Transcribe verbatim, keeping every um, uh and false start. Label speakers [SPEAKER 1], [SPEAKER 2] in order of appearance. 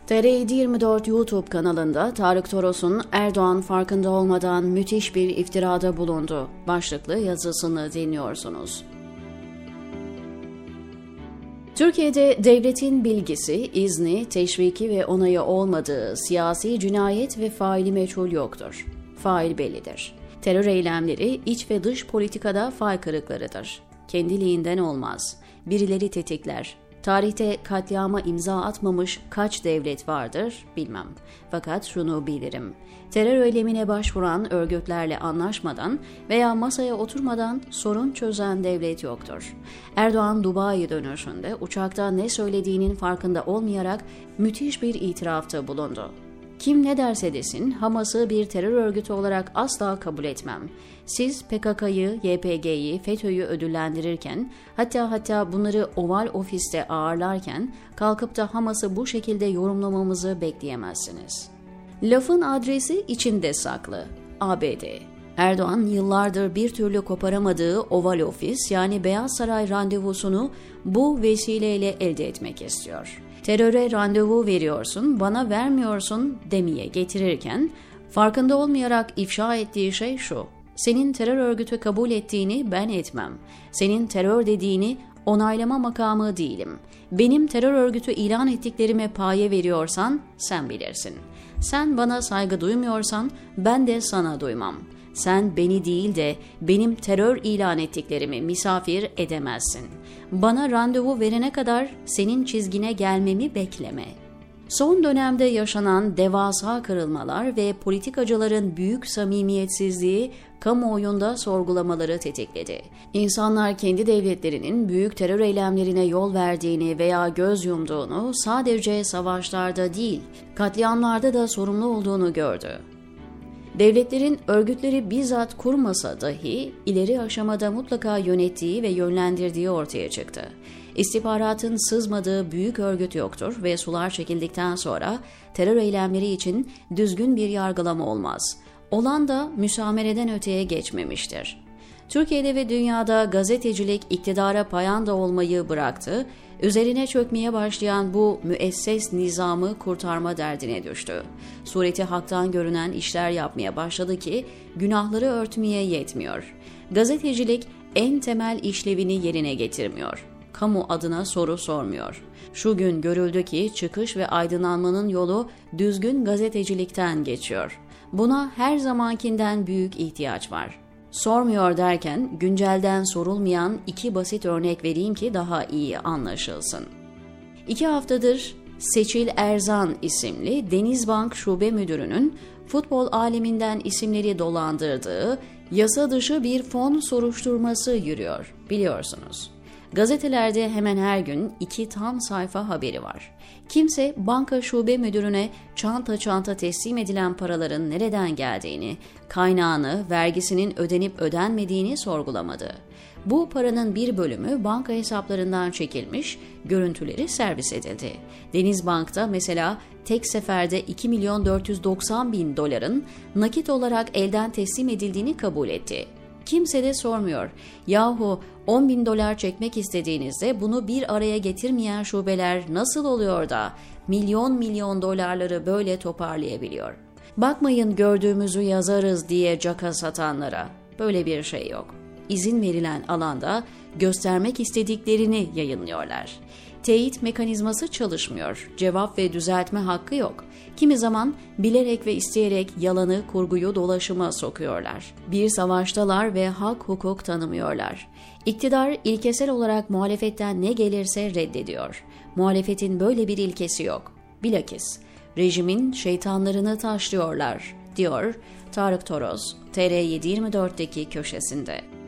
[SPEAKER 1] T R yedi yirmi dört YouTube kanalında Tarık Toros'un Erdoğan farkında olmadan müthiş bir iftirada bulundu başlıklı yazısını dinliyorsunuz. Türkiye'de devletin bilgisi, izni, teşviki ve onayı olmadığı siyasi cinayet ve faili meçhul yoktur. Fail bellidir. Terör eylemleri iç ve dış politikada fay kırıklarıdır. Kendiliğinden olmaz. Birileri tetikler. Tarihte katliama imza atmamış kaç devlet vardır bilmem. Fakat şunu bilirim. Terör eylemine başvuran örgütlerle anlaşmadan veya masaya oturmadan sorun çözen devlet yoktur. Erdoğan Dubai dönüşünde uçakta ne söylediğinin farkında olmayarak müthiş bir itirafta bulundu. Kim ne derse desin Hamas'ı bir terör örgütü olarak asla kabul etmem. Siz P K K'yı, Y P G'yi, FETÖ'yü ödüllendirirken, hatta hatta bunları Oval Ofis'te ağırlarken kalkıp da Hamas'ı bu şekilde yorumlamamızı bekleyemezsiniz. Lafın adresi içinde saklı. A B D. Erdoğan yıllardır bir türlü koparamadığı Oval Ofis yani Beyaz Saray randevusunu bu vesileyle elde etmek istiyor. Teröre randevu veriyorsun, bana vermiyorsun demeye getirirken farkında olmayarak ifşa ettiği şey şu: senin terör örgütü kabul ettiğini ben etmem. Senin terör dediğini onaylama makamı değilim. Benim terör örgütü ilan ettiklerime paye veriyorsan sen bilirsin. Sen bana saygı duymuyorsan ben de sana duymam. Sen beni değil de benim terör ilan ettiklerimi misafir edemezsin. Bana randevu verene kadar senin çizgine gelmemi bekleme. Son dönemde yaşanan devasa kırılmalar ve politikacıların büyük samimiyetsizliği kamuoyunda sorgulamaları tetikledi. İnsanlar kendi devletlerinin büyük terör eylemlerine yol verdiğini veya göz yumduğunu sadece savaşlarda değil, katliamlarda da sorumlu olduğunu gördü. Devletlerin örgütleri bizzat kurmasa dahi ileri aşamada mutlaka yönettiği ve yönlendirdiği ortaya çıktı. İstihbaratın sızmadığı büyük örgüt yoktur ve sular çekildikten sonra terör eylemleri için düzgün bir yargılama olmaz. Olan da müsamereden öteye geçmemiştir. Türkiye'de ve dünyada gazetecilik iktidara payanda olmayı bıraktı, üzerine çökmeye başlayan bu müesses nizamı kurtarma derdine düştü. Sureti haktan görünen işler yapmaya başladı ki günahları örtmeye yetmiyor. Gazetecilik en temel işlevini yerine getirmiyor. Kamu adına soru sormuyor. Şu gün görüldü ki çıkış ve aydınlanmanın yolu düzgün gazetecilikten geçiyor. Buna her zamankinden büyük ihtiyaç var. Sormuyor derken güncelden sorulmayan iki basit örnek vereyim ki daha iyi anlaşılsın. İki haftadır Seçil Erzan isimli Denizbank Şube Müdürü'nün futbol aleminden isimleri dolandırdığı yasa dışı bir fon soruşturması yürüyor, biliyorsunuz. Gazetelerde hemen her gün iki tam sayfa haberi var. Kimse banka şube müdürüne çanta çanta teslim edilen paraların nereden geldiğini, kaynağını, vergisinin ödenip ödenmediğini sorgulamadı. Bu paranın bir bölümü banka hesaplarından çekilmiş, görüntüleri servis edildi. Denizbank'ta mesela tek seferde iki milyon dört yüz doksan bin doların nakit olarak elden teslim edildiğini kabul etti. Kimse de sormuyor. Yahu on bin dolar çekmek istediğinizde bunu bir araya getirmeyen şubeler nasıl oluyor da milyon milyon dolarları böyle toparlayabiliyor? Bakmayın gördüğümüzü yazarız diye caka satanlara. Böyle bir şey yok. İzin verilen alanda göstermek istediklerini yayınlıyorlar. Teyit mekanizması çalışmıyor. Cevap ve düzeltme hakkı yok. Kimi zaman bilerek ve isteyerek yalanı, kurguyu dolaşıma sokuyorlar. Bir savaştalar ve hak hukuk tanımıyorlar. İktidar ilkesel olarak muhalefetten ne gelirse reddediyor. Muhalefetin böyle bir ilkesi yok. Bilakis rejimin şeytanlarını taşlıyorlar, diyor Tarık Toros, T R yedi yirmi dört'teki köşesinde.